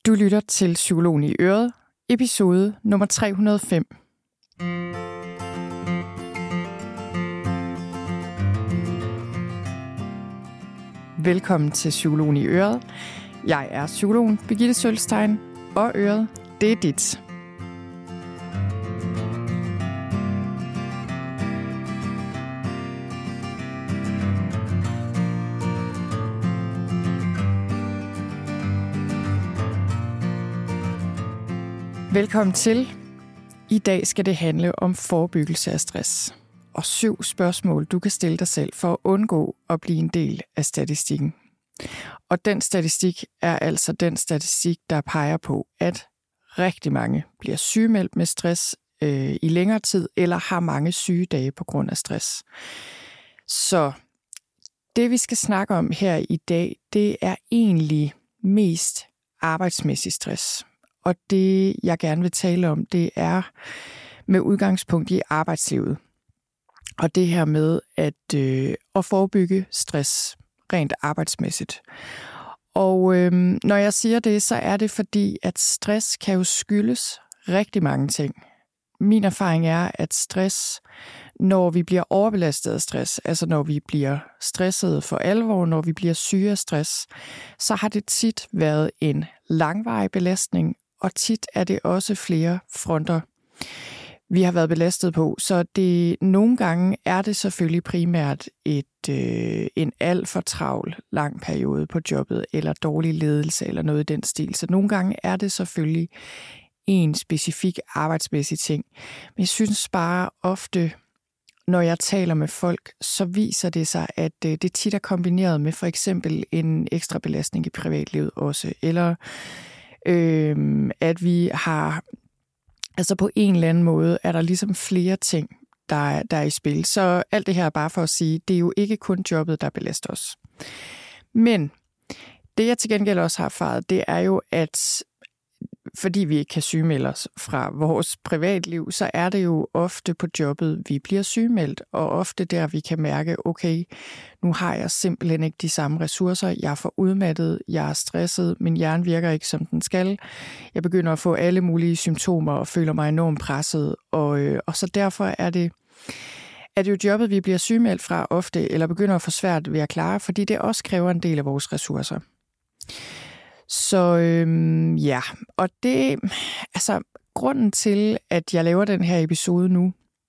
Du lytter til Psykologen i Øret, episode nummer 305. Velkommen til Psykologen i Øret. Jeg er psykologen Birgitte Sølstein, og Øret, det er dit. Velkommen til. I dag skal det handle om forebyggelse af stress. Og 7 spørgsmål, du kan stille dig selv for at undgå at blive en del af statistikken. Og den statistik er altså den statistik, der peger på, at rigtig mange bliver sygemeldt med stress i længere tid, eller har mange sygedage på grund af stress. Så det, vi skal snakke om her i dag, det er egentlig mest arbejdsmæssig stress. Og det, jeg gerne vil tale om, det er med udgangspunkt i arbejdslivet. Og det her med at forebygge stress rent arbejdsmæssigt. Og når jeg siger det, så er det fordi, at stress kan jo skyldes rigtig mange ting. Min erfaring er, at stress, når vi bliver overbelastet af stress, altså når vi bliver stresset for alvor, når vi bliver syge af stress, så har det tit været en langvarig belastning, og tit er det også flere fronter, vi har været belastet på. Så nogle gange er det selvfølgelig primært en alt for travl lang periode på jobbet, eller dårlig ledelse, eller noget i den stil. Så nogle gange er det selvfølgelig en specifik arbejdsmæssig ting. Men jeg synes bare ofte, når jeg taler med folk, så viser det sig, at det tit er kombineret med for eksempel en ekstra belastning i privatlivet også, eller at vi har, altså på en eller anden måde, er der ligesom flere ting, der er i spil. Så alt det her er bare for at sige, det er jo ikke kun jobbet, der belaster os. Men det jeg til gengæld også har erfaret, det er jo, at fordi vi ikke kan sygemelde os fra vores privatliv, så er det jo ofte på jobbet, vi bliver sygemeldt, og ofte der, vi kan mærke, okay, nu har jeg simpelthen ikke de samme ressourcer, jeg er for udmattet, jeg er stresset, min hjerne virker ikke, som den skal, jeg begynder at få alle mulige symptomer og føler mig enormt presset, og så derfor er det jo jobbet, vi bliver sygemeldt fra ofte, eller begynder at få svært ved at klare, fordi det også kræver en del af vores ressourcer. Så ja, og det, altså grunden til, at jeg laver den her episode nu,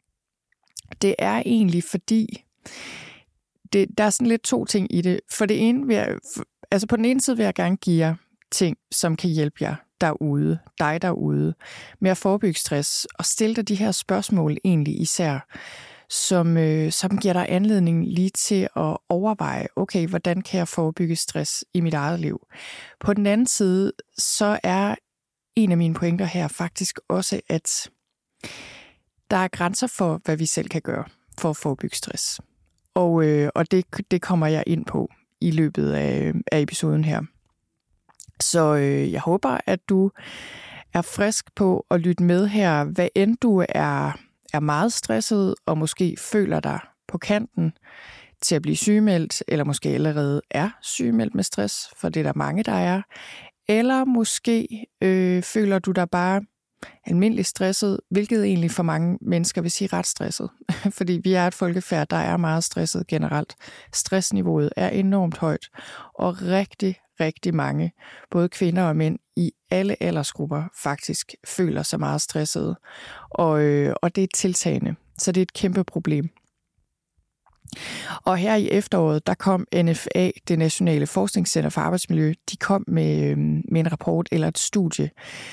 det er egentlig fordi, der er sådan lidt 2 ting i det. For det ene på den ene side vil jeg gerne give jer ting, som kan hjælpe jer derude, dig derude, med at forebygge stress, og stille dig de her spørgsmål egentlig især, som giver dig anledning lige til at overveje, okay, hvordan kan jeg forebygge stress i mit eget liv? På den anden side, så er en af mine pointer her faktisk også, at der er grænser for, hvad vi selv kan gøre for at forebygge stress. Og det kommer jeg ind på i løbet af episoden her. Så jeg håber, at du er frisk på at lytte med her, hvad end du er meget stresset og måske føler dig på kanten til at blive sygemeldt, eller måske allerede er sygemeldt med stress, for det er der mange, der er. Eller måske føler du dig bare almindeligt stresset, hvilket egentlig for mange mennesker vil sige ret stresset. Fordi vi er et folkefærd, der er meget stresset generelt. Stressniveauet er enormt højt, og rigtig, rigtig mange, både kvinder og mænd i alle aldersgrupper faktisk føler sig meget stressede. Og det er tiltagende, så det er et kæmpe problem. Og her i efteråret, der kom NFA, det Nationale Forskningscenter for Arbejdsmiljø, de kom med en rapport eller et studie,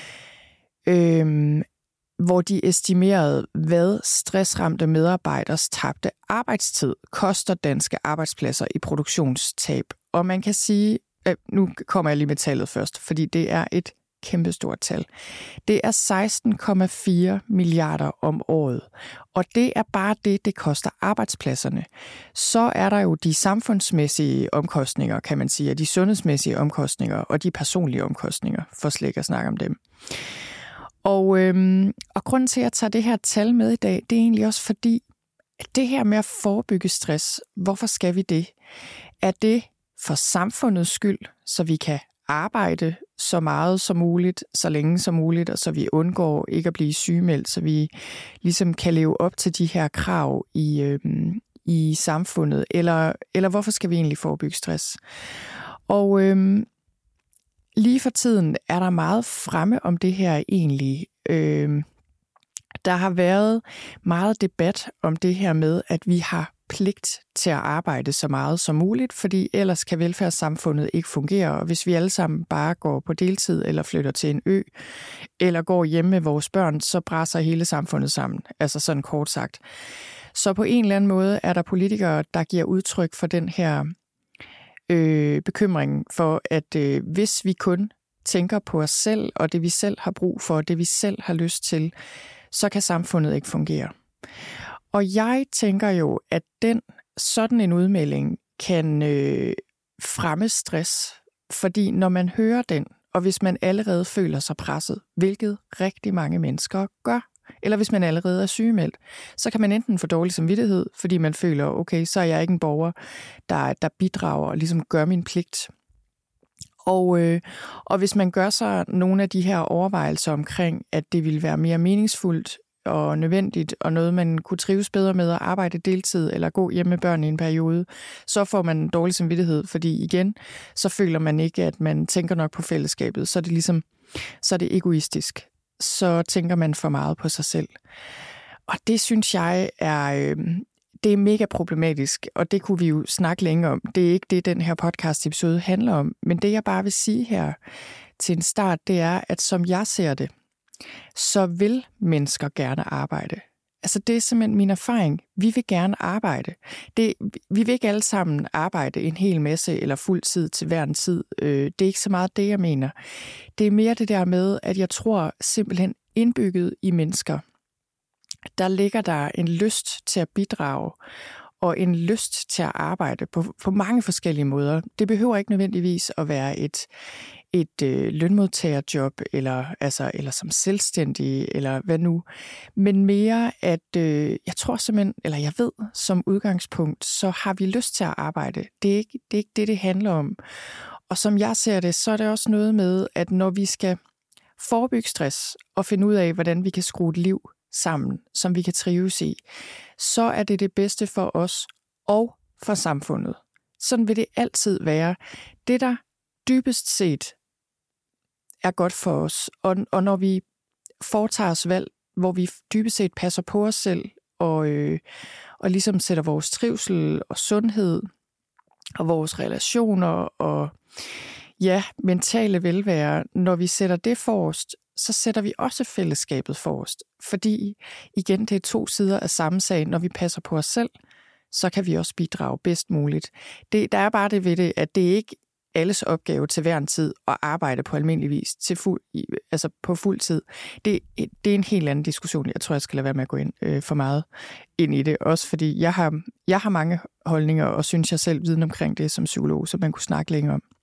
hvor de estimerede, hvad stressramte medarbejderes tabte arbejdstid koster danske arbejdspladser i produktionstab. Og man kan sige, nu kommer jeg lige med tallet først, fordi det er et kæmpestort tal. Det er 16,4 milliarder om året. Og det er bare det koster arbejdspladserne. Så er der jo de samfundsmæssige omkostninger, kan man sige, og de sundhedsmæssige omkostninger, og de personlige omkostninger, for slet ikke at snakke om dem. Og grunden til, at jeg tager det her tal med i dag, det er egentlig også fordi, at det her med at forebygge stress, hvorfor skal vi det? Er det for samfundets skyld, så vi kan arbejde så meget som muligt, så længe som muligt, og så vi undgår ikke at blive sygemeldt, så vi ligesom kan leve op til de her krav i samfundet, eller hvorfor skal vi egentlig forebygge stress? Og lige for tiden er der meget fremme om det her egentlig. Der har været meget debat om det her med, at vi har pligt til at arbejde så meget som muligt, fordi ellers kan velfærdssamfundet ikke fungere, og hvis vi alle sammen bare går på deltid, eller flytter til en ø, eller går hjemme med vores børn, så braser hele samfundet sammen, altså sådan kort sagt. Så på en eller anden måde er der politikere, der giver udtryk for den her bekymring for, at hvis vi kun tænker på os selv, og det vi selv har brug for, det vi selv har lyst til, så kan samfundet ikke fungere. Og jeg tænker jo, at sådan en udmelding kan fremme stress, fordi når man hører den, og hvis man allerede føler sig presset, hvilket rigtig mange mennesker gør, eller hvis man allerede er sygemeldt, så kan man enten få dårlig samvittighed, fordi man føler, okay, så er jeg ikke en borger, der bidrager og ligesom gør min pligt. Og hvis man gør sig nogle af de her overvejelser omkring, at det ville være mere meningsfuldt og nødvendigt, og noget, man kunne trives bedre med at arbejde deltid eller gå hjem med børn i en periode, så får man en dårlig samvittighed, fordi igen, så føler man ikke, at man tænker nok på fællesskabet. Så er det egoistisk. Så tænker man for meget på sig selv. Og det synes jeg det er mega problematisk, og det kunne vi jo snakke længe om. Det er ikke det, den her podcast-episode handler om. Men det, jeg bare vil sige her til en start, det er, at som jeg ser det, så vil mennesker gerne arbejde. Altså det er simpelthen min erfaring. Vi vil gerne arbejde. Vi vil ikke alle sammen arbejde en hel masse eller fuld tid til hver en tid. Det er ikke så meget det, jeg mener. Det er mere det der med, at jeg tror simpelthen indbygget i mennesker, der ligger der en lyst til at bidrage og en lyst til at arbejde på mange forskellige måder. Det behøver ikke nødvendigvis at være et lønmodtagerjob eller som selvstændig eller hvad nu, men mere at jeg tror simpelthen, eller jeg ved som udgangspunkt, så har vi lyst til at arbejde. Det er ikke det handler om. Og som jeg ser det, så er det også noget med, at når vi skal forebygge stress og finde ud af, hvordan vi kan skrue et liv sammen, som vi kan trives i, så er det det bedste for os og for samfundet. Sådan vil det altid være. Det, der dybest set er godt for os, og når vi foretager os valg, hvor vi dybest set passer på os selv, og ligesom sætter vores trivsel og sundhed, og vores relationer, og mentale velvære, når vi sætter det forrest, så sætter vi også fællesskabet forrest. Fordi, igen, det er to sider af samme sag. Når vi passer på os selv, så kan vi også bidrage bedst muligt. Der er bare det ved det, at det ikke alles opgave til hver en tid at arbejde på almindelig vis på fuld tid. Det er en helt anden diskussion. Jeg tror, jeg skal lade være med at gå ind for meget ind i det. Også fordi jeg har mange holdninger, og synes jeg selv viden omkring det som psykolog, så man kunne snakke længere om.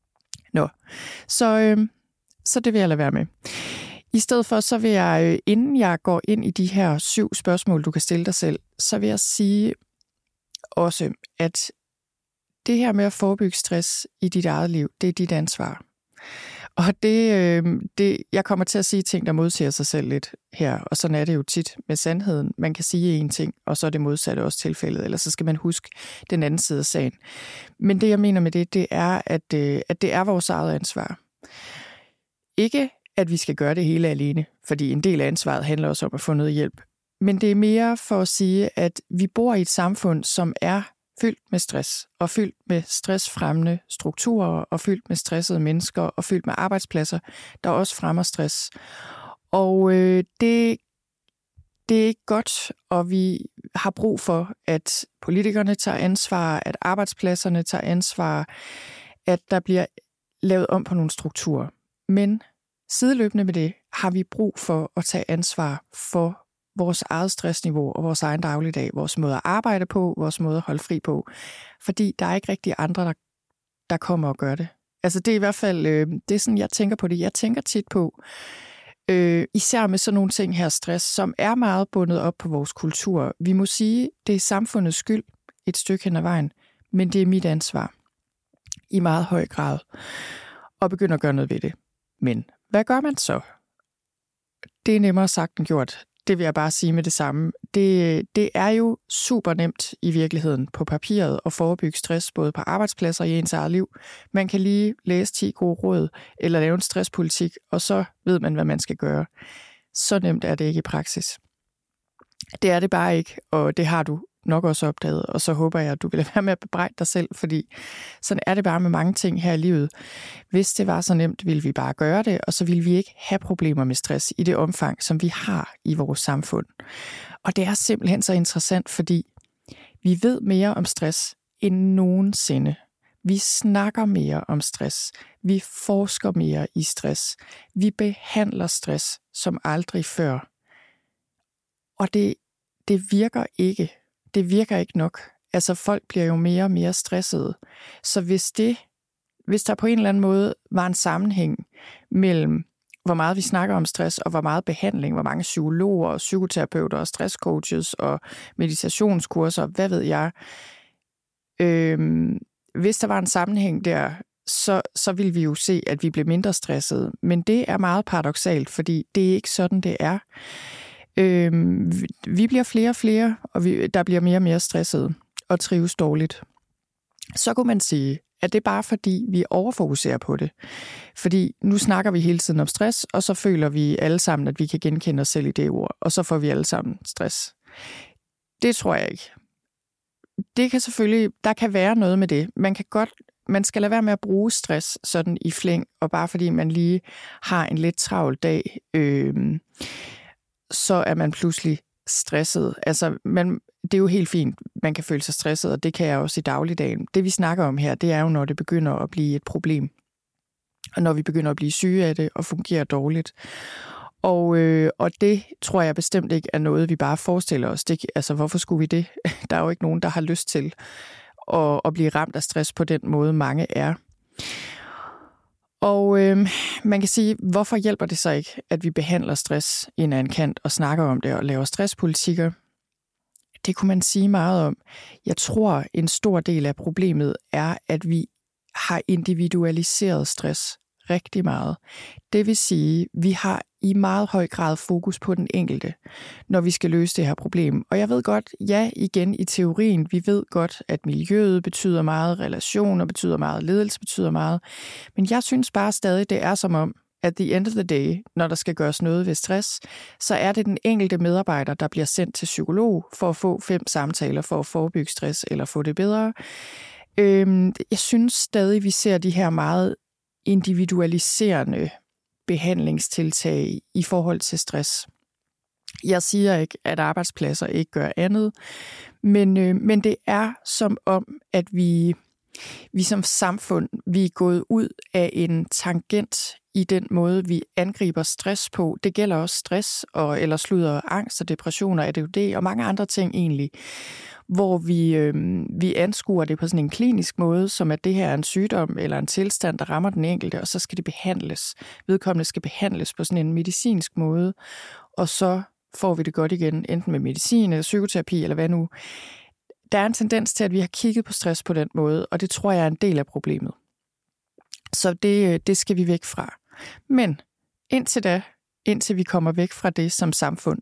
Så det vil jeg lade være med. I stedet for, så vil jeg, inden jeg går ind i de her 7 spørgsmål, du kan stille dig selv, så vil jeg sige også, at det her med at forebygge stress i dit eget liv, det er dit ansvar. Og jeg kommer til at sige ting, der modsiger sig selv lidt her, og sådan er det jo tit med sandheden. Man kan sige en ting, og så er det modsatte også tilfældet, eller så skal man huske den anden side af sagen. Men det, jeg mener med det er, at det er vores eget ansvar. Ikke, at vi skal gøre det hele alene, fordi en del af ansvaret handler også om at få noget hjælp. Men det er mere for at sige, at vi bor i et samfund, som er fyldt med stress, og fyldt med stressfremmende strukturer, og fyldt med stressede mennesker, og fyldt med arbejdspladser, der også fremmer stress. Og det er ikke godt, og vi har brug for, at politikerne tager ansvar, at arbejdspladserne tager ansvar, at der bliver lavet om på nogle strukturer. Men sideløbende med det har vi brug for at tage ansvar for vores eget stressniveau og vores egen dagligdag, vores måde at arbejde på, vores måde at holde fri på. Fordi der er ikke rigtig andre, der kommer og gør det. Altså det er i hvert fald, det er sådan, jeg tænker på det. Jeg tænker tit på, især med sådan nogle ting her, stress, som er meget bundet op på vores kultur. Vi må sige, det er samfundets skyld et stykke hen ad vejen, men det er mit ansvar i meget høj grad. og begynde at gøre noget ved det. Men hvad gør man så? Det er nemmere sagt end gjort. Det vil jeg bare sige med det samme. Det er jo super nemt i virkeligheden på papiret at forebygge stress, både på arbejdspladser og i ens eget liv. Man kan lige læse 10 gode råd, eller lave en stresspolitik, og så ved man, hvad man skal gøre. Så nemt er det ikke i praksis. Det er det bare ikke, og det har du nok også opdaget, og så håber jeg, at du vil lade være med at bebrejde dig selv, fordi sådan er det bare med mange ting her i livet. Hvis det var så nemt, ville vi bare gøre det, og så ville vi ikke have problemer med stress i det omfang, som vi har i vores samfund. Og det er simpelthen så interessant, fordi vi ved mere om stress end nogensinde. Vi snakker mere om stress. Vi forsker mere i stress. Vi behandler stress som aldrig før. Og det virker ikke. Det virker ikke nok. Altså folk bliver jo mere og mere stressede. Så hvis der på en eller anden måde var en sammenhæng mellem, hvor meget vi snakker om stress, og hvor meget behandling, hvor mange psykologer og psykoterapeuter og stresscoaches og meditationskurser, hvad ved jeg. Hvis der var en sammenhæng der, så ville vi jo se, at vi blev mindre stressede. Men det er meget paradoksalt, fordi det er ikke sådan, det er. Vi bliver flere og flere, og der bliver mere og mere stressede og trives dårligt. Så kunne man sige, at det er bare fordi, vi overfokuserer på det. Fordi nu snakker vi hele tiden om stress, og så føler vi alle sammen, at vi kan genkende os selv i det ord, og så får vi alle sammen stress. Det tror jeg ikke. Det kan selvfølgelig, der kan være noget med det. Man skal lade være med at bruge stress sådan i flæng, og bare fordi man lige har en lidt travl dag, så er man pludselig stresset. Altså, det er jo helt fint, man kan føle sig stresset, og det kan jeg også i dagligdagen. Det vi snakker om her, det er jo, når det begynder at blive et problem. Og når vi begynder at blive syge af det og fungerer dårligt. Og det tror jeg bestemt ikke er noget, vi bare forestiller os. Altså, hvorfor skulle vi det? Der er jo ikke nogen, der har lyst til at blive ramt af stress på den måde, mange er. Og man kan sige, hvorfor hjælper det så ikke, at vi behandler stress i en anden kant og snakker om det og laver stresspolitikker? Det kunne man sige meget om. Jeg tror, en stor del af problemet er, at vi har individualiseret stress rigtig meget. Det vil sige, vi har i meget høj grad fokus på den enkelte, når vi skal løse det her problem. Og jeg ved godt, ja, igen i teorien, vi ved godt, at miljøet betyder meget, relationer betyder meget, ledelse betyder meget. Men jeg synes bare stadig, det er som om, at the end of the day, når der skal gøres noget ved stress, så er det den enkelte medarbejder, der bliver sendt til psykolog for at få 5 samtaler for at forebygge stress eller få det bedre. Jeg synes stadig, vi ser de her meget individualiserende behandlingstiltag i forhold til stress. Jeg siger ikke, at arbejdspladser ikke gør andet, men det er som om, at vi som samfund, vi er gået ud af en tangent i den måde, vi angriber stress på. Det gælder også stress, eller angst og depression og ADHD og mange andre ting egentlig, hvor vi anskuer det på sådan en klinisk måde, som at det her er en sygdom eller en tilstand, der rammer den enkelte, og så skal det behandles. Vedkommende skal behandles på sådan en medicinsk måde, og så får vi det godt igen, enten med medicin eller psykoterapi eller hvad nu. Der er en tendens til, at vi har kigget på stress på den måde, og det tror jeg er en del af problemet. Så det skal vi væk fra. Men indtil vi kommer væk fra det som samfund,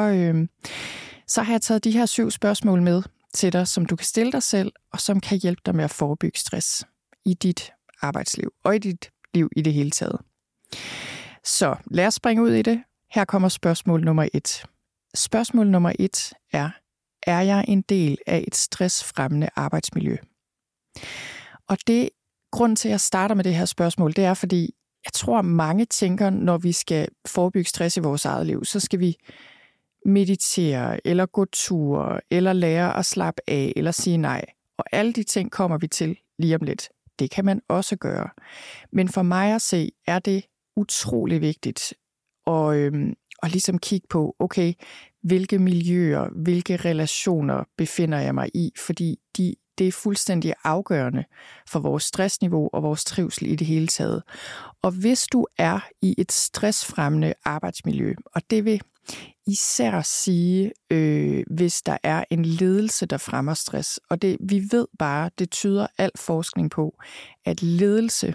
så har jeg taget de her 7 spørgsmål med til dig, som du kan stille dig selv, og som kan hjælpe dig med at forebygge stress i dit arbejdsliv og i dit liv i det hele taget. Så lad os springe ud i det. Her kommer spørgsmål nummer 1. Spørgsmål nummer 1 er jeg en del af et stressfremmende arbejdsmiljø? Og grunden til, at jeg starter med det her spørgsmål, det er, fordi jeg tror, mange tænker, når vi skal forebygge stress i vores eget liv, så skal vi meditere, eller gå ture, eller lære at slappe af, eller sige nej. Og alle de ting kommer vi til lige om lidt. Det kan man også gøre. Men for mig at se, er det utrolig vigtigt at ligesom kigge på, okay, hvilke miljøer, hvilke relationer befinder jeg mig i, fordi det er fuldstændig afgørende for vores stressniveau og vores trivsel i det hele taget. Og hvis du er i et stressfremmende arbejdsmiljø, og det vil især sige, hvis der er en ledelse, der fremmer stress, og vi ved bare, det tyder al forskning på, at ledelse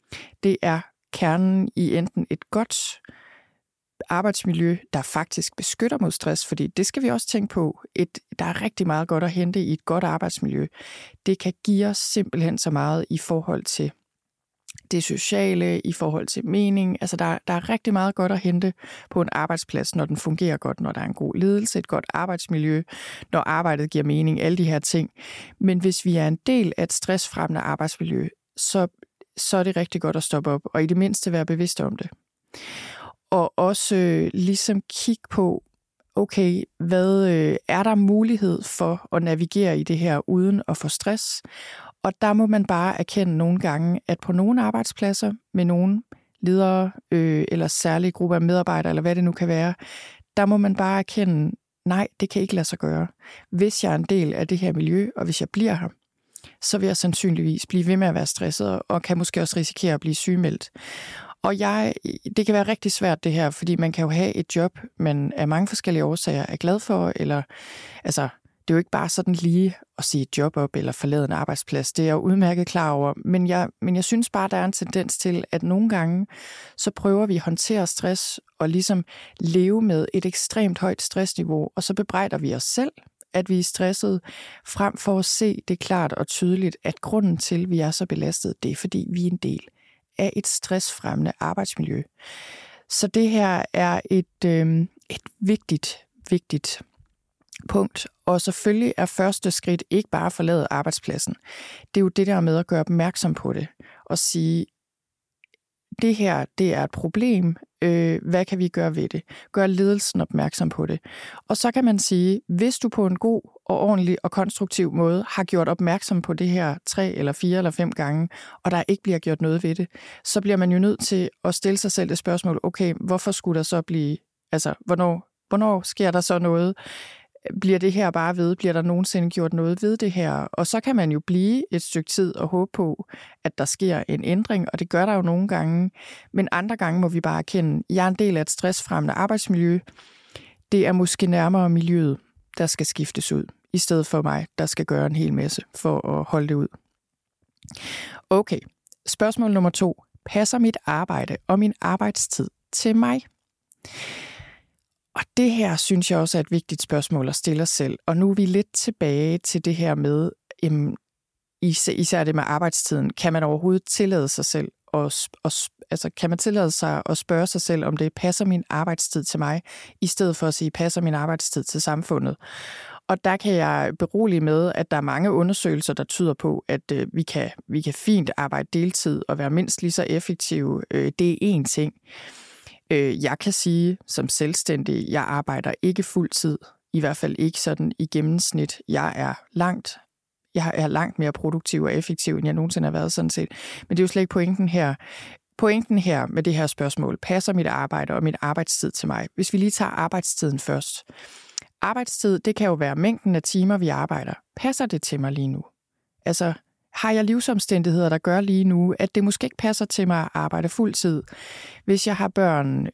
Det er kernen i enten et godt arbejdsmiljø, der faktisk beskytter mod stress, fordi det skal vi også tænke på. Der er rigtig meget godt at hente i et godt arbejdsmiljø. Det kan give os simpelthen så meget i forhold til det sociale, i forhold til mening. Altså der er rigtig meget godt at hente på en arbejdsplads, når den fungerer godt, når der er en god ledelse, et godt arbejdsmiljø, når arbejdet giver mening, alle de her ting. Men hvis vi er en del af et stressfremmende arbejdsmiljø, så er det rigtig godt at stoppe op, og i det mindste være bevidst om det. Og også ligesom kigge på, okay, hvad er der mulighed for at navigere i det her uden at få stress? Og der må man bare erkende nogle gange, at på nogle arbejdspladser med nogle ledere eller særlige grupper af medarbejdere, eller hvad det nu kan være, der må man bare erkende, nej, det kan ikke lade sig gøre. Hvis jeg er en del af det her miljø, og hvis jeg bliver her, så vil jeg sandsynligvis blive ved med at være stresset, og kan måske også risikere at blive sygemeldt. Og det kan være rigtig svært det her, fordi man kan jo have et job, man af mange forskellige årsager er glad for, eller altså, det er jo ikke bare sådan lige at sige et job op eller forlade en arbejdsplads. Det er jeg jo udmærket klar over. Men jeg synes bare, der er en tendens til, at nogle gange, så prøver vi at håndtere stress og ligesom leve med et ekstremt højt stressniveau, og så bebrejder vi os selv, at vi er stressede, frem for at se det klart og tydeligt, at grunden til, at vi er så belastet, det er, fordi vi er en del af et stressfremmende arbejdsmiljø. Så det her er et vigtigt punkt, og selvfølgelig er første skridt ikke bare at forlade arbejdspladsen. Det er jo det der med at gøre opmærksom på det, og sige, det her, det er et problem, hvad kan vi gøre ved det? Gør ledelsen opmærksom på det. Og så kan man sige, hvis du på en god og ordentlig og konstruktiv måde har gjort opmærksom på det her 3 eller 4 eller 5 gange, og der ikke bliver gjort noget ved det, så bliver man jo nødt til at stille sig selv det spørgsmål, okay, hvorfor skulle der så blive, altså hvornår sker der så noget? Bliver det her bare ved? Bliver der nogensinde gjort noget ved det her? Og så kan man jo blive et stykke tid og håbe på, at der sker en ændring, og det gør der jo nogle gange. Men andre gange må vi bare erkende, at jeg er en del af et stressfremmende arbejdsmiljø. Det er måske nærmere miljøet, der skal skiftes ud, i stedet for mig, der skal gøre en hel masse for at holde det ud. Okay, spørgsmål nummer 2. Passer mit arbejde og min arbejdstid til mig? Og det her synes jeg også er et vigtigt spørgsmål at stille os selv. Og nu er vi lidt tilbage til det her med, især det med arbejdstiden. Kan man overhovedet tillade sig selv, kan man tillade sig at spørge sig selv, om det passer min arbejdstid til mig, i stedet for at sige, passer min arbejdstid til samfundet? Og der kan jeg berolige med, at der er mange undersøgelser, der tyder på, at vi kan fint arbejde deltid og være mindst lige så effektive. Det er én ting. Jeg kan sige som selvstændig, jeg arbejder ikke fuld tid, i hvert fald ikke sådan i gennemsnit. Jeg er langt mere produktiv og effektiv, end jeg nogensinde har været sådan set. Men det er jo slet ikke pointen her. Pointen her med det her spørgsmål, passer mit arbejde og min arbejdstid til mig? Hvis vi lige tager arbejdstiden først. Arbejdstid, det kan jo være mængden af timer, vi arbejder. Passer det til mig lige nu? Altså, har jeg livsomstændigheder, der gør lige nu, at det måske ikke passer til mig at arbejde fuld tid? Hvis jeg har børn,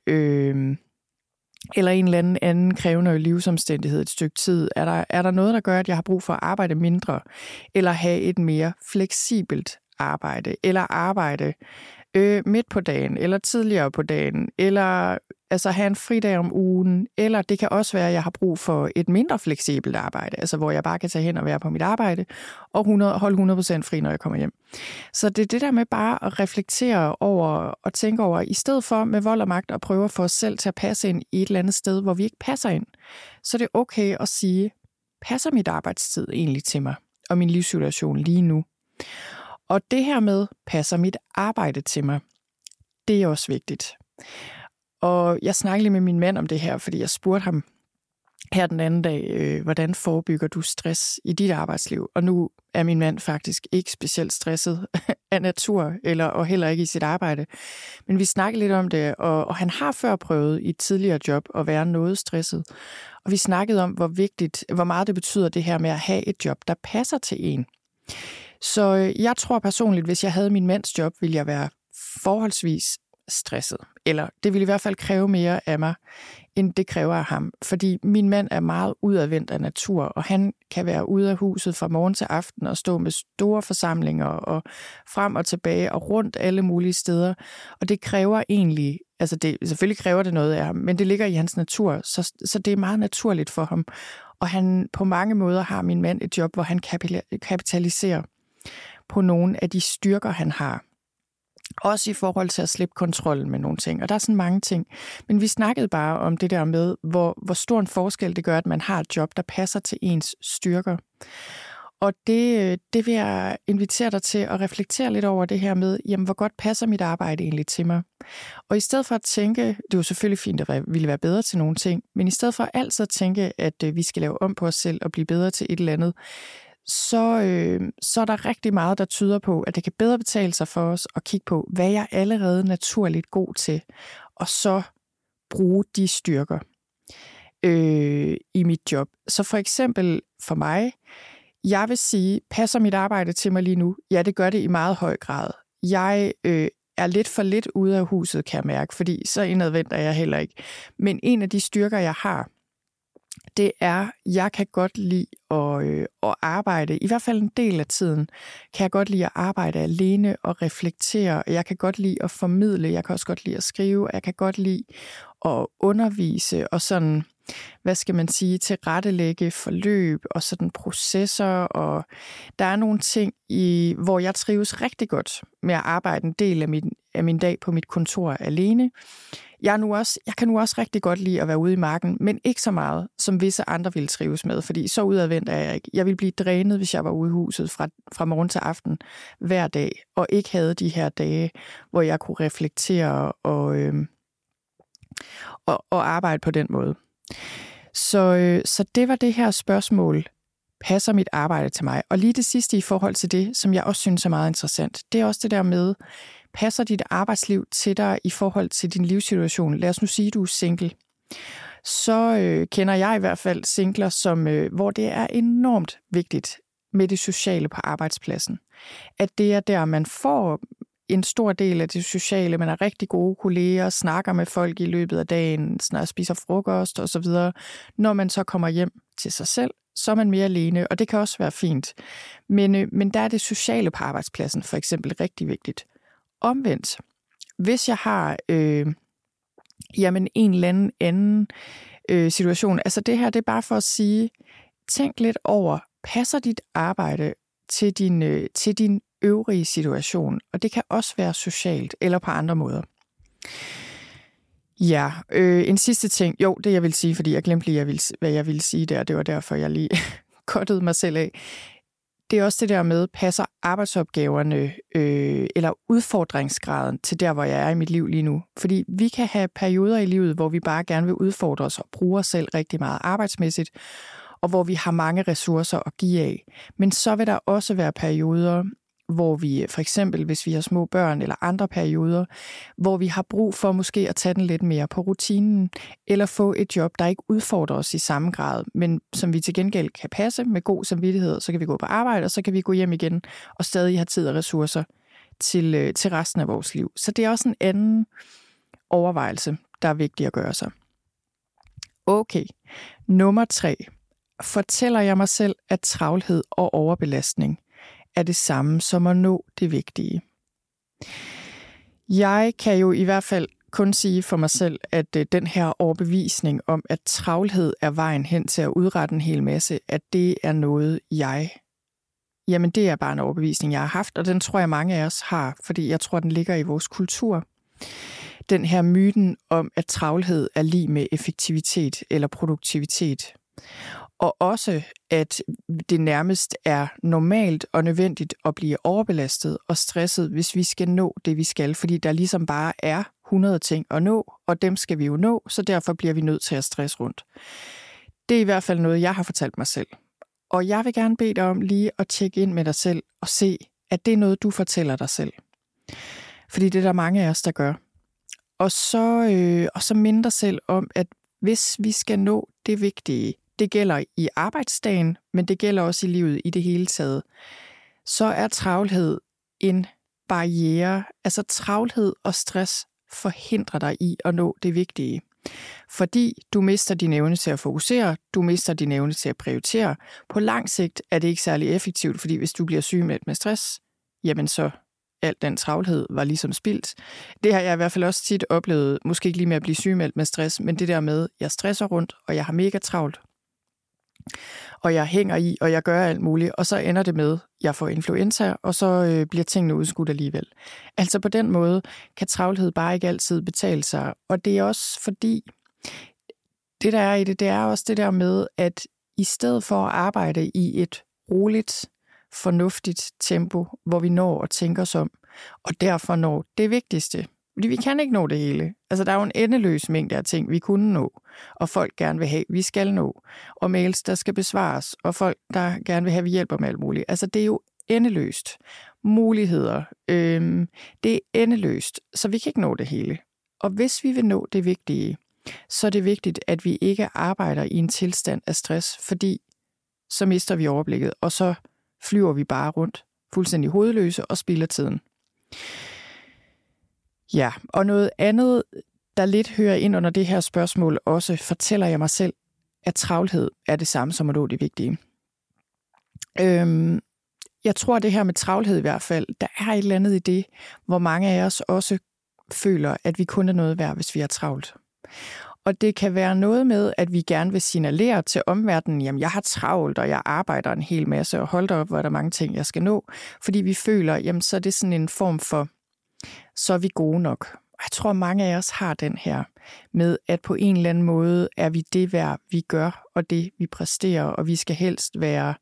eller en eller anden krævende livsomstændighed et stykke tid, er der noget, der gør, at jeg har brug for at arbejde mindre, eller have et mere fleksibelt arbejde, eller arbejde midt på dagen, eller tidligere på dagen, eller altså have en fridag om ugen, eller det kan også være, at jeg har brug for et mindre fleksibelt arbejde, altså hvor jeg bare kan tage hen og være på mit arbejde, og holde 100% fri, når jeg kommer hjem. Så det er det der med bare at reflektere over og tænke over, i stedet for med vold og magt at prøve at få os selv til at passe ind i et eller andet sted, hvor vi ikke passer ind, så det er okay at sige, passer mit arbejdstid egentlig til mig, og min livssituation lige nu? Og det her med, passer mit arbejde til mig, det er også vigtigt. Og jeg snakkede lige med min mand om det her, fordi jeg spurgte ham her den anden dag, hvordan forebygger du stress i dit arbejdsliv? Og nu er min mand faktisk ikke specielt stresset af natur, og heller ikke i sit arbejde. Men vi snakkede lidt om det, og han har før prøvet i et tidligere job at være noget stresset. Og vi snakkede om, hvor meget det betyder det her med at have et job, der passer til en. Så jeg tror personligt, hvis jeg havde min mands job, ville jeg være forholdsvis stresset. Eller det vil i hvert fald kræve mere af mig, end det kræver af ham. Fordi min mand er meget udadvendt af natur, og han kan være ude af huset fra morgen til aften og stå med store forsamlinger og frem og tilbage og rundt alle mulige steder. Og det kræver egentlig, altså selvfølgelig kræver det noget af ham, men det ligger i hans natur, så det er meget naturligt for ham. Og han på mange måder har min mand et job, hvor han kapitaliserer på nogle af de styrker, han har. Også i forhold til at slippe kontrollen med nogle ting. Og der er sådan mange ting. Men vi snakkede bare om det der med, hvor stor en forskel det gør, at man har et job, der passer til ens styrker. Og det vil jeg invitere dig til at reflektere lidt over det her med, jamen hvor godt passer mit arbejde egentlig til mig? Og i stedet for at tænke, det er jo selvfølgelig fint at ville være bedre til nogle ting, men i stedet for altid at tænke, at vi skal lave om på os selv og blive bedre til et eller andet, så er der rigtig meget, der tyder på, at det kan bedre betale sig for os at kigge på, hvad jeg er allerede naturligt god til, og så bruge de styrker i mit job. Så for eksempel for mig, jeg vil sige, passer mit arbejde til mig lige nu? Ja, det gør det i meget høj grad. Jeg er lidt for lidt ude af huset, kan jeg mærke, fordi så indadvendt er jeg heller ikke. Men en af de styrker, jeg har, det er, jeg kan godt lide at arbejde, i hvert fald en del af tiden, kan jeg godt lide at arbejde alene og reflektere. Jeg kan godt lide at formidle, jeg kan også godt lide at skrive, jeg kan godt lide at undervise og sådan, hvad skal man sige, tilrettelægge forløb og sådan processer. Og der er nogle ting, hvor jeg trives rigtig godt med at arbejde en del af min dag på mit kontor alene. Jeg kan nu også rigtig godt lide at være ude i marken, men ikke så meget, som visse andre ville trives med, fordi så udadvendt er jeg ikke. Jeg ville blive drænet, hvis jeg var ude i huset fra morgen til aften hver dag, og ikke havde de her dage, hvor jeg kunne reflektere og arbejde på den måde. Så det var det her spørgsmål. Passer mit arbejde til mig? Og lige det sidste i forhold til det, som jeg også synes er meget interessant, det er også det der med, passer dit arbejdsliv til dig i forhold til din livssituation? Lad os nu sige, at du er single. Så kender jeg i hvert fald singler, hvor det er enormt vigtigt med det sociale på arbejdspladsen. At det er der, man får en stor del af det sociale. Man er rigtig gode kolleger, snakker med folk i løbet af dagen, spiser frokost osv. Når man så kommer hjem til sig selv, så er man mere alene, og det kan også være fint. Men der er det sociale på arbejdspladsen for eksempel rigtig vigtigt. Omvendt, hvis jeg har en eller anden situation, altså det her, det er bare for at sige, tænk lidt over, passer dit arbejde til din øvrige situation, og det kan også være socialt eller på andre måder. Ja, en sidste ting, det jeg vil sige, fordi jeg glemte lige, hvad jeg ville sige der, det var derfor, jeg lige kottede mig selv af. Det er også det der med, passer arbejdsopgaverne eller udfordringsgraden til der, hvor jeg er i mit liv lige nu. Fordi vi kan have perioder i livet, hvor vi bare gerne vil udfordre os og bruge os selv rigtig meget arbejdsmæssigt, og hvor vi har mange ressourcer at give af. Men så vil der også være perioder, hvor vi for eksempel, hvis vi har små børn eller andre perioder, hvor vi har brug for måske at tage den lidt mere på rutinen, eller få et job, der ikke udfordrer os i samme grad, men som vi til gengæld kan passe med god samvittighed, så kan vi gå på arbejde, og så kan vi gå hjem igen og stadig have tid og ressourcer til resten af vores liv. Så det er også en anden overvejelse, der er vigtig at gøre sig. Okay, nummer 3. Fortæller jeg mig selv, at travlhed og overbelastning er det samme som at nå det vigtige? Jeg kan jo i hvert fald kun sige for mig selv, at den her overbevisning om, at travlhed er vejen hen til at udrette en hel masse, at det er noget, jamen det er bare en overbevisning, jeg har haft, og den tror jeg mange af os har, fordi jeg tror, den ligger i vores kultur. Den her myten om, at travlhed er lig med effektivitet eller produktivitet. Og også, at det nærmest er normalt og nødvendigt at blive overbelastet og stresset, hvis vi skal nå det, vi skal. Fordi der ligesom bare er 100 ting at nå, og dem skal vi jo nå, så derfor bliver vi nødt til at stresse rundt. Det er i hvert fald noget, jeg har fortalt mig selv. Og jeg vil gerne bede dig om lige at tjekke ind med dig selv og se, at det er noget, du fortæller dig selv. Fordi det er der mange af os, der gør. Og så minde dig selv om, at hvis vi skal nå det vigtige, det gælder i arbejdsdagen, men det gælder også i livet i det hele taget, så er travlhed en barriere. Altså travlhed og stress forhindrer dig i at nå det vigtige. Fordi du mister din evne til at fokusere, du mister din evne til at prioritere. På lang sigt er det ikke særlig effektivt, fordi hvis du bliver sygemeldt med stress, jamen så alt den travlhed var ligesom spildt. Det har jeg i hvert fald også tit oplevet, måske ikke lige med at blive sygemeldt med stress, men det der med, jeg stresser rundt, og jeg har mega travlt, og jeg hænger i, og jeg gør alt muligt, og så ender det med, at jeg får influenza, og så bliver tingene udskudt alligevel. Altså på den måde kan travlhed bare ikke altid betale sig, og det er også fordi, det der er i det, det er også det der med, at i stedet for at arbejde i et roligt, fornuftigt tempo, hvor vi når at tænke os om, og derfor når det vigtigste. Fordi vi kan ikke nå det hele. Altså, der er jo en endeløs mængde af ting, vi kunne nå, og folk gerne vil have, vi skal nå, og mails, der skal besvares, og folk, der gerne vil have, vi hjælper med alt muligt. Altså, det er jo endeløst. Muligheder. Det er endeløst, så vi kan ikke nå det hele. Og hvis vi vil nå det vigtige, så er det vigtigt, at vi ikke arbejder i en tilstand af stress, fordi så mister vi overblikket, og så flyver vi bare rundt, fuldstændig hovedløse og spilder tiden. Ja, og noget andet, der lidt hører ind under det her spørgsmål, også fortæller jeg mig selv, at travlhed er det samme som at nå det vigtige. Jeg tror, det her med travlhed i hvert fald, der er et eller andet i det, hvor mange af os også føler, at vi kun er noget værd, hvis vi er travlt. Og det kan være noget med, at vi gerne vil signalere til omverdenen, jamen jeg har travlt, og jeg arbejder en hel masse, og hold da op, hvor er der mange ting, jeg skal nå. Fordi vi føler, jamen så er det sådan en form for, så er vi gode nok. Og jeg tror, mange af os har den her med, at på en eller anden måde er vi det værd, vi gør, og det vi præsterer, og vi skal helst være,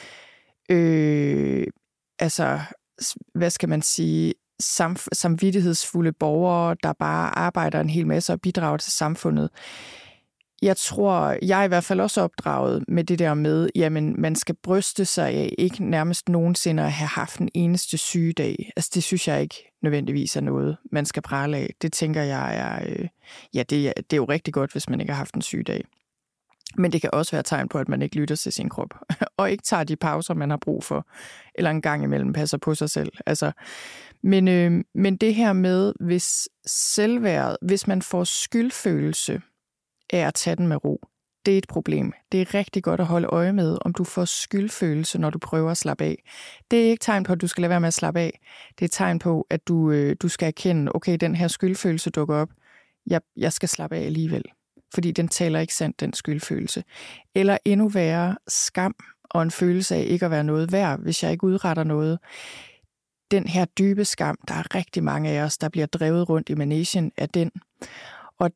hvad skal man sige, samvittighedsfulde borgere, der bare arbejder en hel masse og bidrager til samfundet. Jeg tror, jeg er i hvert fald også opdraget med det der med, jamen man skal bryste sig af ikke nærmest nogensinde at have haft en eneste sygedag. Altså det synes jeg ikke nødvendigvis er noget, man skal prale af. Det tænker jeg er, det er jo rigtig godt, hvis man ikke har haft en sygedag. Men det kan også være tegn på, at man ikke lytter til sin krop, og ikke tager de pauser, man har brug for, eller en gang imellem passer på sig selv. Altså, men det her med, hvis man får skyldfølelse af at tage den med ro, det er et problem. Det er rigtig godt at holde øje med, om du får skyldfølelse, når du prøver at slappe af. Det er ikke tegn på, at du skal lade være med at slappe af. Det er tegn på, at du skal erkende, okay, den her skyldfølelse dukker op. Jeg skal slappe af alligevel. Fordi den taler ikke sandt, den skyldfølelse. Eller endnu værre, skam og en følelse af ikke at være noget værd, hvis jeg ikke udretter noget. Den her dybe skam, der er rigtig mange af os, der bliver drevet rundt i managen af den. Og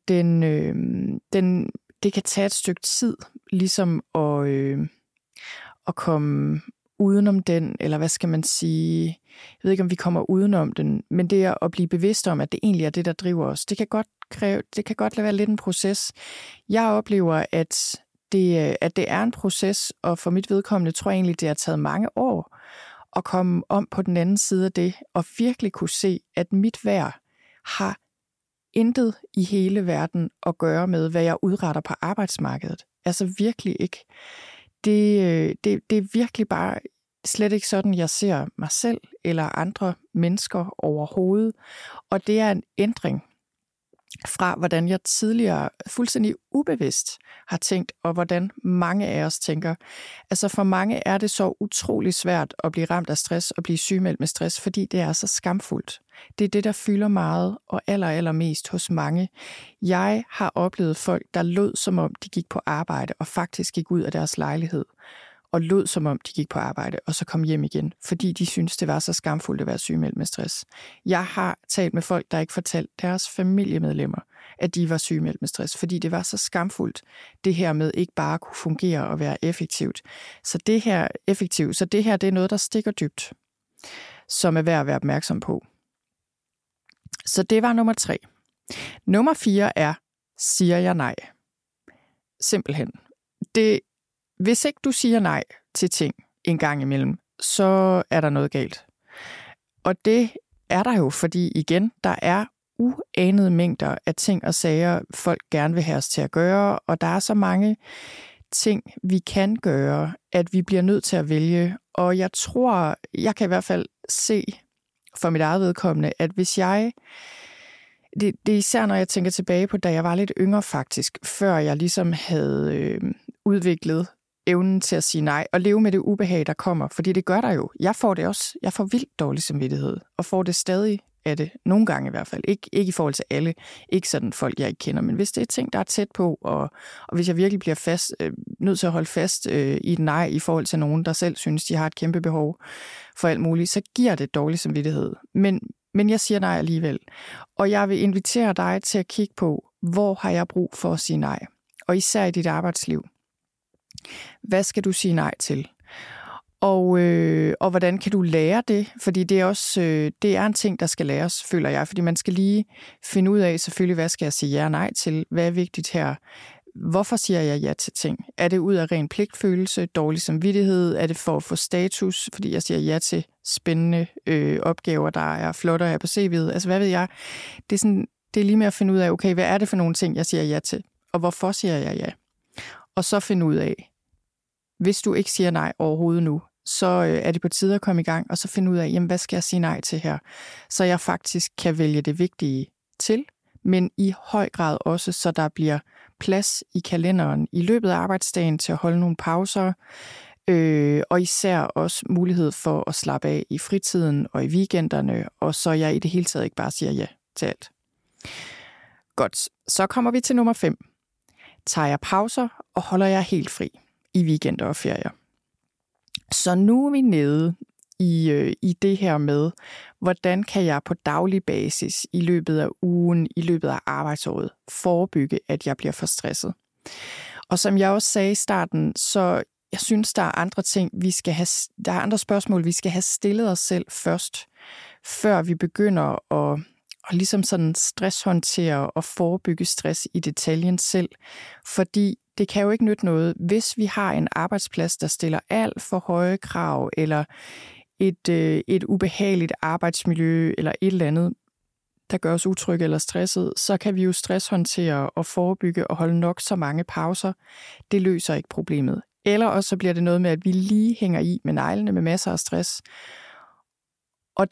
det kan tage et stykke tid, ligesom at komme udenom den, eller hvad skal man sige, jeg ved ikke, om vi kommer udenom den, men det er at blive bevidst om, at det egentlig er det, der driver os. Det kan godt være lidt en proces. Jeg oplever, at det er en proces, og for mit vedkommende tror jeg egentlig, det har taget mange år at komme om på den anden side af det, og virkelig kunne se, at mit værd har intet i hele verden at gøre med, hvad jeg udretter på arbejdsmarkedet. Altså virkelig ikke. Det er virkelig bare slet ikke sådan, jeg ser mig selv eller andre mennesker overhovedet. Og det er en ændring fra, hvordan jeg tidligere fuldstændig ubevidst har tænkt, og hvordan mange af os tænker. Altså for mange er det så utrolig svært at blive ramt af stress og blive sygemeldt med stress, fordi det er så skamfuldt. Det er det, der fylder meget og allermest hos mange. Jeg har oplevet folk, der lød som om de gik på arbejde og faktisk gik ud af deres lejlighed og lød som om de gik på arbejde og så kom hjem igen, fordi de syntes, det var så skamfuldt at være sygemeldt med stress. Jeg har talt med folk, der ikke fortalte deres familiemedlemmer, at de var sygemeldt med stress, fordi det var så skamfuldt, det her med ikke bare kunne fungere og være effektivt. Så det her det er noget, der stikker dybt, som er værd at være opmærksom på. Så det var nummer 3. Nummer 4 er, siger jeg nej? Simpelthen. Hvis ikke du siger nej til ting en gang imellem, så er der noget galt. Og det er der jo, fordi igen, der er uanede mængder af ting og sager, folk gerne vil have os til at gøre, og der er så mange ting, vi kan gøre, at vi bliver nødt til at vælge. Og jeg tror, jeg kan i hvert fald se for mit eget vedkommende, at hvis jeg Det er især, når jeg tænker tilbage på, da jeg var lidt yngre faktisk, før jeg ligesom havde udviklet evnen til at sige nej, og leve med det ubehag, der kommer. Fordi det gør der jo. Jeg får det også. Jeg får vildt dårlig samvittighed, og får det stadig af det. Nogle gange i hvert fald. Ikke i forhold til alle. Ikke sådan folk, jeg ikke kender. Men hvis det er ting, der er tæt på, og hvis jeg virkelig bliver nødt til at holde fast i et nej i forhold til nogen, der selv synes, de har et kæmpe behov for alt muligt, så giver det dårlig samvittighed. Men jeg siger nej alligevel. Og jeg vil invitere dig til at kigge på, hvor har jeg brug for at sige nej? Og især i dit arbejdsliv. Hvad skal du sige nej til? Og hvordan kan du lære det? Fordi det er også det er en ting, der skal læres, føler jeg. Fordi man skal lige finde ud af, selvfølgelig, hvad skal jeg sige ja og nej til? Hvad er vigtigt her? Hvorfor siger jeg ja til ting? Er det ud af ren pligtfølelse, dårlig samvittighed? Er det for at få status, fordi jeg siger ja til spændende opgaver, der er flottere her på CV'et? Altså, hvad ved jeg? Det er lige med at finde ud af, okay, hvad er det for nogle ting, jeg siger ja til? Og hvorfor siger jeg ja? Og så finde ud af, hvis du ikke siger nej overhovedet nu, så er det på tide at komme i gang, og så finde ud af, jamen, hvad skal jeg sige nej til her? Så jeg faktisk kan vælge det vigtige til, men i høj grad også, så der bliver plads i kalenderen i løbet af arbejdsdagen til at holde nogle pauser, og især også mulighed for at slappe af i fritiden og i weekenderne, og så jeg i det hele taget ikke bare siger ja til alt. Godt, så kommer vi til nummer 5. Tager jeg pauser, og holder jeg helt fri i weekender og ferier. Så nu er vi nede i det her med, hvordan kan jeg på daglig basis i løbet af ugen, i løbet af arbejdsåret, forebygge, at jeg bliver for stresset. Og som jeg også sagde i starten, så jeg synes, der er andre ting, der er andre spørgsmål, vi skal have stillet os selv først, før vi begynder at ligesom sådan stresshåndtere og forebygge stress i detaljen selv. Fordi det kan jo ikke nytte noget, hvis vi har en arbejdsplads, der stiller alt for høje krav, eller et ubehageligt arbejdsmiljø, eller et eller andet, der gør os utrygge eller stresset, så kan vi jo stresshåndtere og forebygge og holde nok så mange pauser. Det løser ikke problemet. Eller også så bliver det noget med, at vi lige hænger i med neglene med masser af stress. Og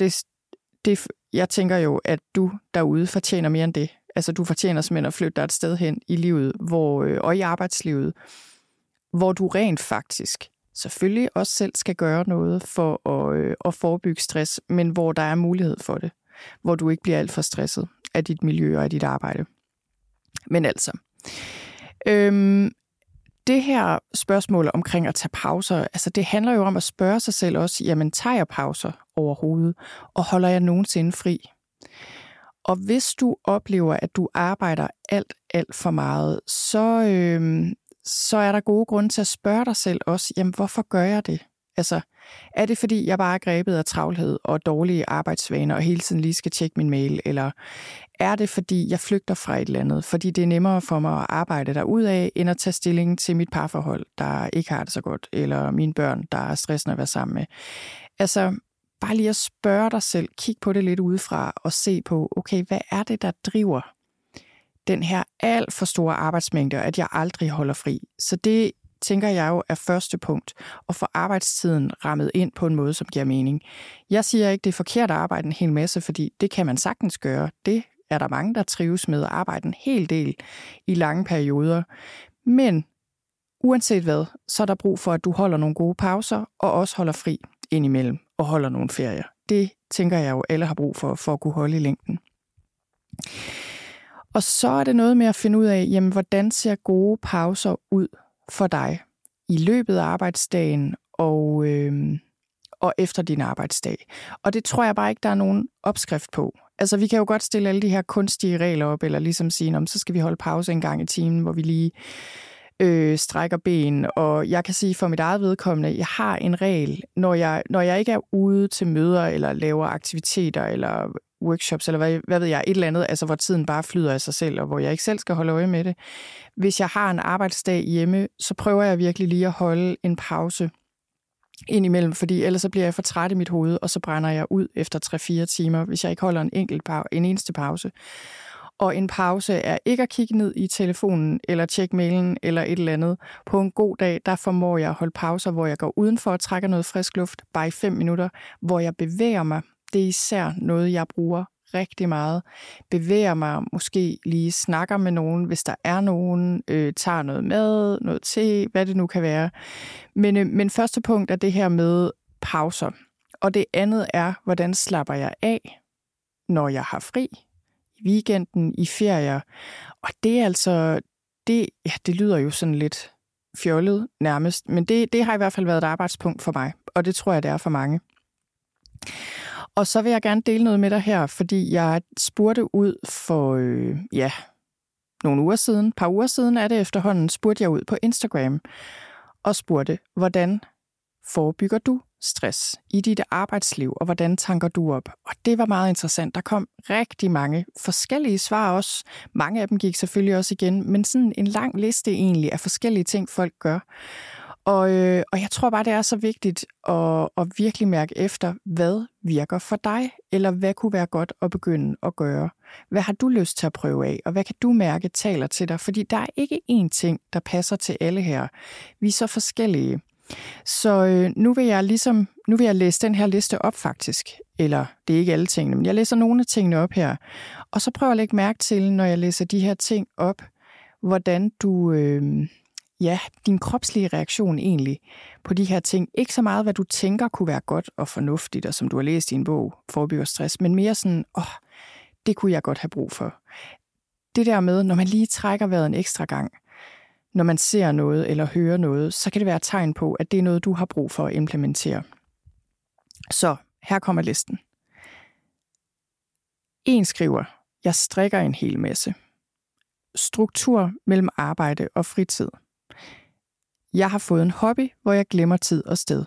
jeg tænker jo, at du derude fortjener mere end det. Altså, du fortjener simpelthen at flytte dig et sted hen i livet, og i arbejdslivet, hvor du rent faktisk selvfølgelig også selv skal gøre noget for at forebygge stress, men hvor der er mulighed for det. Hvor du ikke bliver alt for stresset af dit miljø og af dit arbejde. Men altså, det her spørgsmål omkring at tage pauser, altså det handler jo om at spørge sig selv også, jamen tager jeg pauser overhovedet, og holder jeg nogensinde fri? Og hvis du oplever, at du arbejder alt for meget, så er der gode grunde til at spørge dig selv også, jamen hvorfor gør jeg det? Altså, er det fordi, jeg bare er grebet af travlhed og dårlige arbejdsvaner, og hele tiden lige skal tjekke min mail? Eller er det fordi, jeg flygter fra et eller andet? Fordi det er nemmere for mig at arbejde derudad, end at tage stilling til mit parforhold, der ikke har det så godt, eller mine børn, der er stressende at være sammen med. Altså, bare lige at spørge dig selv, kig på det lidt udefra, og se på, okay, hvad er det, der driver den her alt for store arbejdsmængde, at jeg aldrig holder fri? Så det tænker jeg jo er første punkt, at få arbejdstiden rammet ind på en måde, som giver mening. Jeg siger ikke, det er forkert at arbejde en hel masse, fordi det kan man sagtens gøre. Det er der mange, der trives med at arbejde en hel del i lange perioder. Men uanset hvad, så er der brug for, at du holder nogle gode pauser, og også holder fri indimellem, og holder nogle ferier. Det tænker jeg jo, alle har brug for at kunne holde i længden. Og så er det noget med at finde ud af, jamen, hvordan ser gode pauser ud for dig i løbet af arbejdsdagen og efter din arbejdsdag. Og det tror jeg bare ikke, der er nogen opskrift på. Altså, vi kan jo godt stille alle de her kunstige regler op, eller ligesom sige, så skal vi holde pause en gang i timen, hvor vi lige strækker ben. Og jeg kan sige for mit eget vedkommende, jeg har en regel, når jeg ikke er ude til møder, eller laver aktiviteter, eller workshops, eller hvad ved jeg, et eller andet, altså hvor tiden bare flyder af sig selv, og hvor jeg ikke selv skal holde øje med det. Hvis jeg har en arbejdsdag hjemme, så prøver jeg virkelig lige at holde en pause indimellem, fordi ellers så bliver jeg for træt i mit hoved, og så brænder jeg ud efter 3-4 timer, hvis jeg ikke holder en eneste pause. Og en pause er ikke at kigge ned i telefonen, eller tjekke mailen, eller et eller andet. På en god dag, der formår jeg at holde pauser, hvor jeg går udenfor og trækker noget frisk luft, bare i 5 minutter, hvor jeg bevæger mig. Det er især noget, jeg bruger rigtig meget. Bevæger mig, måske lige snakker med nogen, hvis der er nogen, tager noget mad, noget te, hvad det nu kan være. Men første punkt er det her med pauser. Og det andet er, hvordan slapper jeg af, når jeg har fri, i weekenden, i ferier. Og det er altså, det lyder jo sådan lidt fjollet nærmest, men det har i hvert fald været et arbejdspunkt for mig, og det tror jeg, det er for mange. Og så vil jeg gerne dele noget med dig her, fordi jeg spurgte ud for, nogle uger siden, et par uger siden er det efterhånden, spurgte jeg ud på Instagram og spurgte, hvordan forebygger du stress i dit arbejdsliv, og hvordan tanker du op? Og det var meget interessant. Der kom rigtig mange forskellige svar også. Mange af dem gik selvfølgelig også igen, men sådan en lang liste egentlig af forskellige ting, folk gør. Og jeg tror bare, det er så vigtigt at virkelig mærke efter, hvad virker for dig, eller hvad kunne være godt at begynde at gøre. Hvad har du lyst til at prøve af, og hvad kan du mærke taler til dig? Fordi der er ikke én ting, der passer til alle her. Vi er så forskellige. Så nu vil jeg læse den her liste op faktisk. Eller det er ikke alle tingene, men jeg læser nogle af tingene op her. Og så prøver at lægge mærke til, når jeg læser de her ting op, hvordan du... din kropslige reaktion egentlig på de her ting. Ikke så meget, hvad du tænker kunne være godt og fornuftigt, og som du har læst i en bog, Forebygger stress, men mere sådan, det kunne jeg godt have brug for. Det der med, når man lige trækker vejret en ekstra gang, når man ser noget eller hører noget, så kan det være et tegn på, at det er noget, du har brug for at implementere. Så her kommer listen. En skriver, jeg strikker en hel masse. Struktur mellem arbejde og fritid. Jeg har fået en hobby, hvor jeg glemmer tid og sted.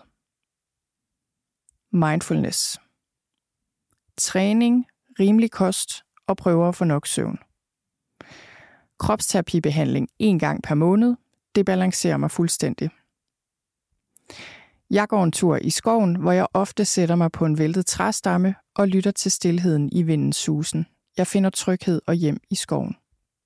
Mindfulness. Træning, rimelig kost og prøver at få nok søvn. Kropsterapibehandling 1 gang per måned. Det balancerer mig fuldstændig. Jeg går en tur i skoven, hvor jeg ofte sætter mig på en væltet træstamme og lytter til stilheden i vindens susen. Jeg finder tryghed og hjem i skoven.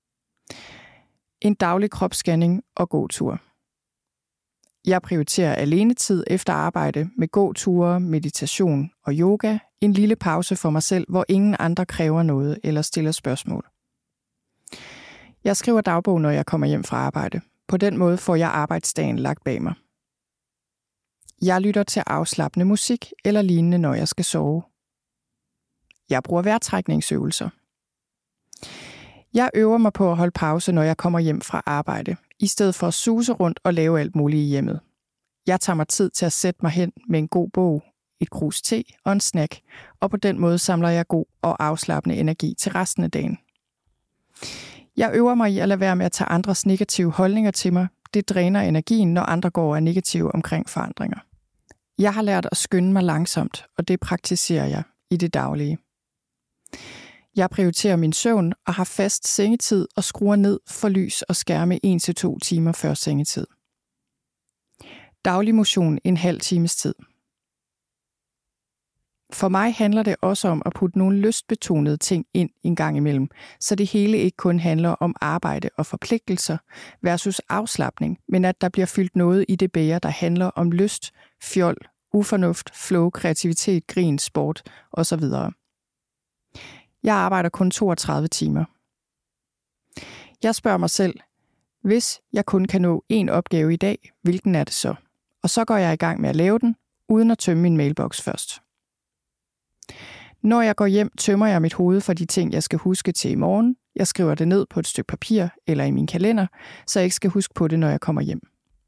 En daglig kropsscanning og gåtur. Jeg prioriterer alenetid efter arbejde med gåture, meditation og yoga. En lille pause for mig selv, hvor ingen andre kræver noget eller stiller spørgsmål. Jeg skriver dagbog, når jeg kommer hjem fra arbejde. På den måde får jeg arbejdsdagen lagt bag mig. Jeg lytter til afslappende musik eller lignende, når jeg skal sove. Jeg bruger vejrtrækningsøvelser. Jeg øver mig på at holde pause, når jeg kommer hjem fra arbejde, i stedet for at suse rundt og lave alt muligt i hjemmet. Jeg tager mig tid til at sætte mig hen med en god bog, et krus te og en snack, og på den måde samler jeg god og afslappende energi til resten af dagen. Jeg øver mig i at lade være med at tage andres negative holdninger til mig. Det dræner energien, når andre går og er negative omkring forandringer. Jeg har lært at skynde mig langsomt, og det praktiserer jeg i det daglige. Jeg prioriterer min søvn og har fast sengetid og skruer ned for lys og skærme 1-2 timer før sengetid. Daglig motion 1/2 times tid. For mig handler det også om at putte nogle lystbetonede ting ind en gang imellem, så det hele ikke kun handler om arbejde og forpligtelser versus afslapning, men at der bliver fyldt noget i det bæger, der handler om lyst, fjol, ufornuft, flow, kreativitet, grin, sport osv. Jeg arbejder kun 32 timer. Jeg spørger mig selv, hvis jeg kun kan nå én opgave i dag, hvilken er det så? Og så går jeg i gang med at lave den, uden at tømme min mailbox først. Når jeg går hjem, tømmer jeg mit hoved for de ting, jeg skal huske til i morgen. Jeg skriver det ned på et stykke papir eller i min kalender, så jeg ikke skal huske på det, når jeg kommer hjem.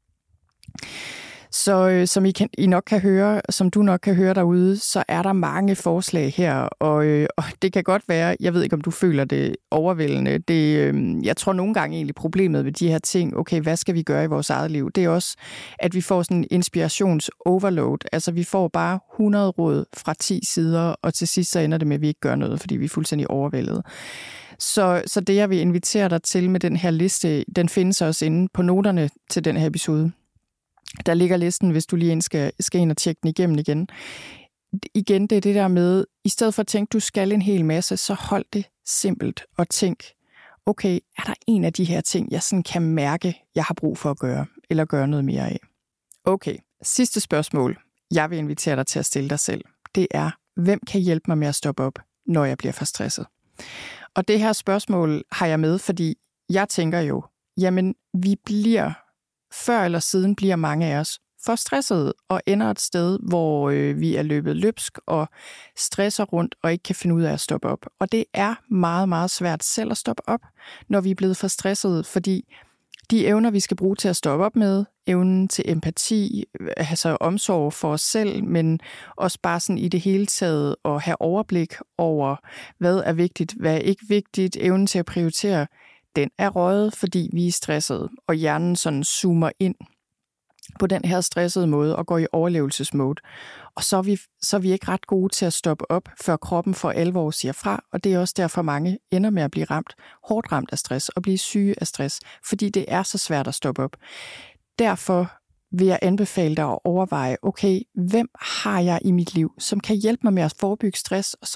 Så som du nok kan høre derude, så er der mange forslag her, og det kan godt være, jeg ved ikke, om du føler det overvældende. Jeg tror nogle gange egentlig problemet ved de her ting, okay, hvad skal vi gøre i vores eget liv? Det er også, at vi får sådan en inspirations-overload. Altså vi får bare 100 råd fra 10 sider, og til sidst så ender det med, at vi ikke gør noget, fordi vi er fuldstændig overvældet. Så det, jeg vil invitere dig til med den her liste, den findes også inde på noterne til den her episode. Der ligger listen, hvis du lige skal ind og tjekke den igennem igen. Igen, det er det der med, i stedet for at tænke, du skal en hel masse, så hold det simpelt og tænk, okay, er der en af de her ting, jeg sådan kan mærke, jeg har brug for at gøre, eller gøre noget mere af? Okay, sidste spørgsmål, jeg vil invitere dig til at stille dig selv, det er, hvem kan hjælpe mig med at stoppe op når jeg bliver for stresset? Og det her spørgsmål har jeg med, fordi jeg tænker jo, jamen før eller siden bliver mange af os for stressede og ender et sted, hvor vi er løbet løbsk og stresser rundt og ikke kan finde ud af at stoppe op. Og det er meget, meget svært selv at stoppe op, når vi er blevet for stressede, fordi de evner, vi skal bruge til at stoppe op med, evnen til empati, altså omsorg for os selv, men også bare sådan i det hele taget at have overblik over, hvad er vigtigt, hvad er ikke vigtigt, evnen til at prioritere, den er røget, fordi vi er stressede, og hjernen sådan zoomer ind på den her stressede måde og går i overlevelsesmode. Og så er vi ikke ret gode til at stoppe op, før kroppen for alvor siger fra, og det er også derfor mange ender med at blive hårdt ramt af stress og blive syge af stress, fordi det er så svært at stoppe op. Derfor vil jeg anbefale dig at overveje, okay, hvem har jeg i mit liv, som kan hjælpe mig med at forebygge stress, og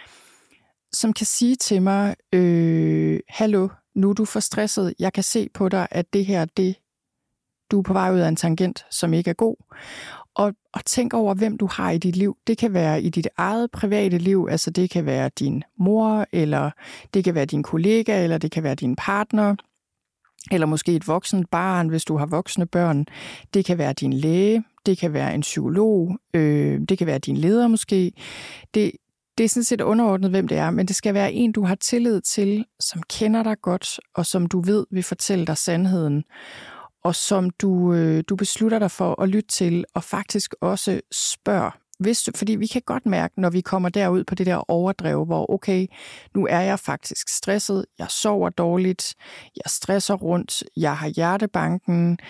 som kan sige til mig, hallo, nu er du for stresset, jeg kan se på dig, at det her, du er på vej ud af en tangent, som ikke er god. Og tænk over, hvem du har i dit liv. Det kan være i dit eget private liv, altså det kan være din mor, eller det kan være din kollega, eller det kan være din partner, eller måske et voksent barn, hvis du har voksne børn. Det kan være din læge, det kan være en psykolog, det kan være din leder måske. Det er sådan set underordnet, hvem det er, men det skal være en, du har tillid til, som kender dig godt, og som du ved vil fortælle dig sandheden, og som du beslutter dig for at lytte til, og faktisk også spørg. Fordi vi kan godt mærke, når vi kommer derud på det der overdrev, hvor okay, nu er jeg faktisk stresset, jeg sover dårligt, jeg stresser rundt, jeg har hjertebanken,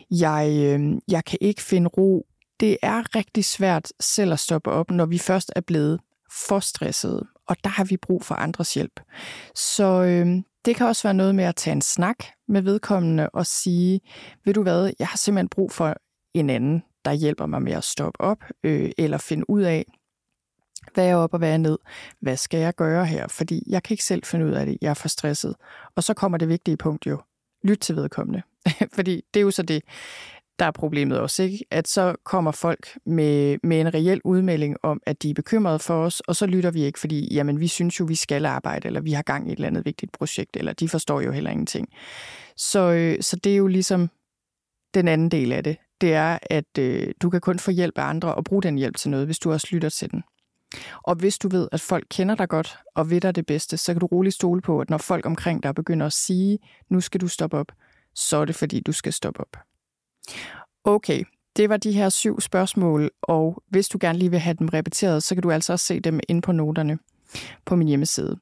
jeg kan ikke finde ro. Det er rigtig svært selv at stoppe op, når vi først er blevet for stressede, og der har vi brug for andres hjælp. Så det kan også være noget med at tage en snak med vedkommende og sige, ved du hvad, jeg har simpelthen brug for en anden, der hjælper mig med at stoppe op, eller finde ud af, hvad er op og hvad er ned, hvad skal jeg gøre her, fordi jeg kan ikke selv finde ud af det, jeg er for stresset. Og så kommer det vigtige punkt jo, lyt til vedkommende, fordi det er jo så det, der er problemet også, ikke? At så kommer folk med en reel udmelding om, at de er bekymrede for os, og så lytter vi ikke, fordi jamen, vi synes jo, vi skal arbejde, eller vi har gang i et eller andet vigtigt projekt, eller de forstår jo heller ingenting. Så det er jo ligesom den anden del af det. Det er, at du kan kun få hjælp af andre og bruge den hjælp til noget, hvis du også lytter til den. Og hvis du ved, at folk kender dig godt og ved dig det bedste, så kan du roligt stole på, at når folk omkring dig begynder at sige, nu skal du stoppe op, så er det fordi, du skal stoppe op. Okay, det var de her 7 spørgsmål, og hvis du gerne lige vil have dem repeteret, så kan du altså også se dem inde på noterne på min hjemmeside.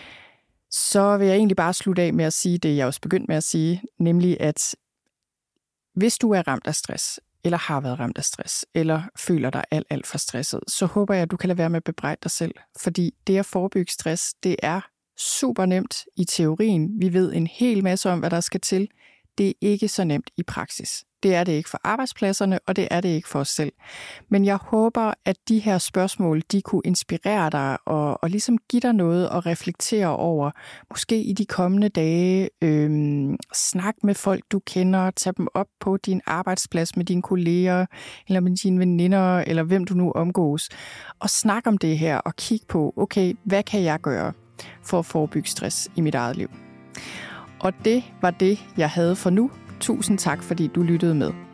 Så vil jeg egentlig bare slutte af med at sige det, jeg også begyndte med at sige, nemlig at hvis du er ramt af stress, eller har været ramt af stress, eller føler dig alt for stresset, så håber jeg, at du kan lade være med at bebrejde dig selv, fordi det at forebygge stress, det er super nemt i teorien. Vi ved en hel masse om, hvad der skal til. Det er ikke så nemt i praksis. Det er det ikke for arbejdspladserne, og det er det ikke for os selv. Men jeg håber, at de her spørgsmål, de kunne inspirere dig og ligesom give dig noget at reflektere over. Måske i de kommende dage. Snak med folk, du kender. Tag dem op på din arbejdsplads med dine kolleger, eller med dine veninder, eller hvem du nu omgås. Og snak om det her og kig på, okay, hvad kan jeg gøre for at forebygge stress i mit eget liv? Og det var det, jeg havde for nu. Tusind tak, fordi du lyttede med.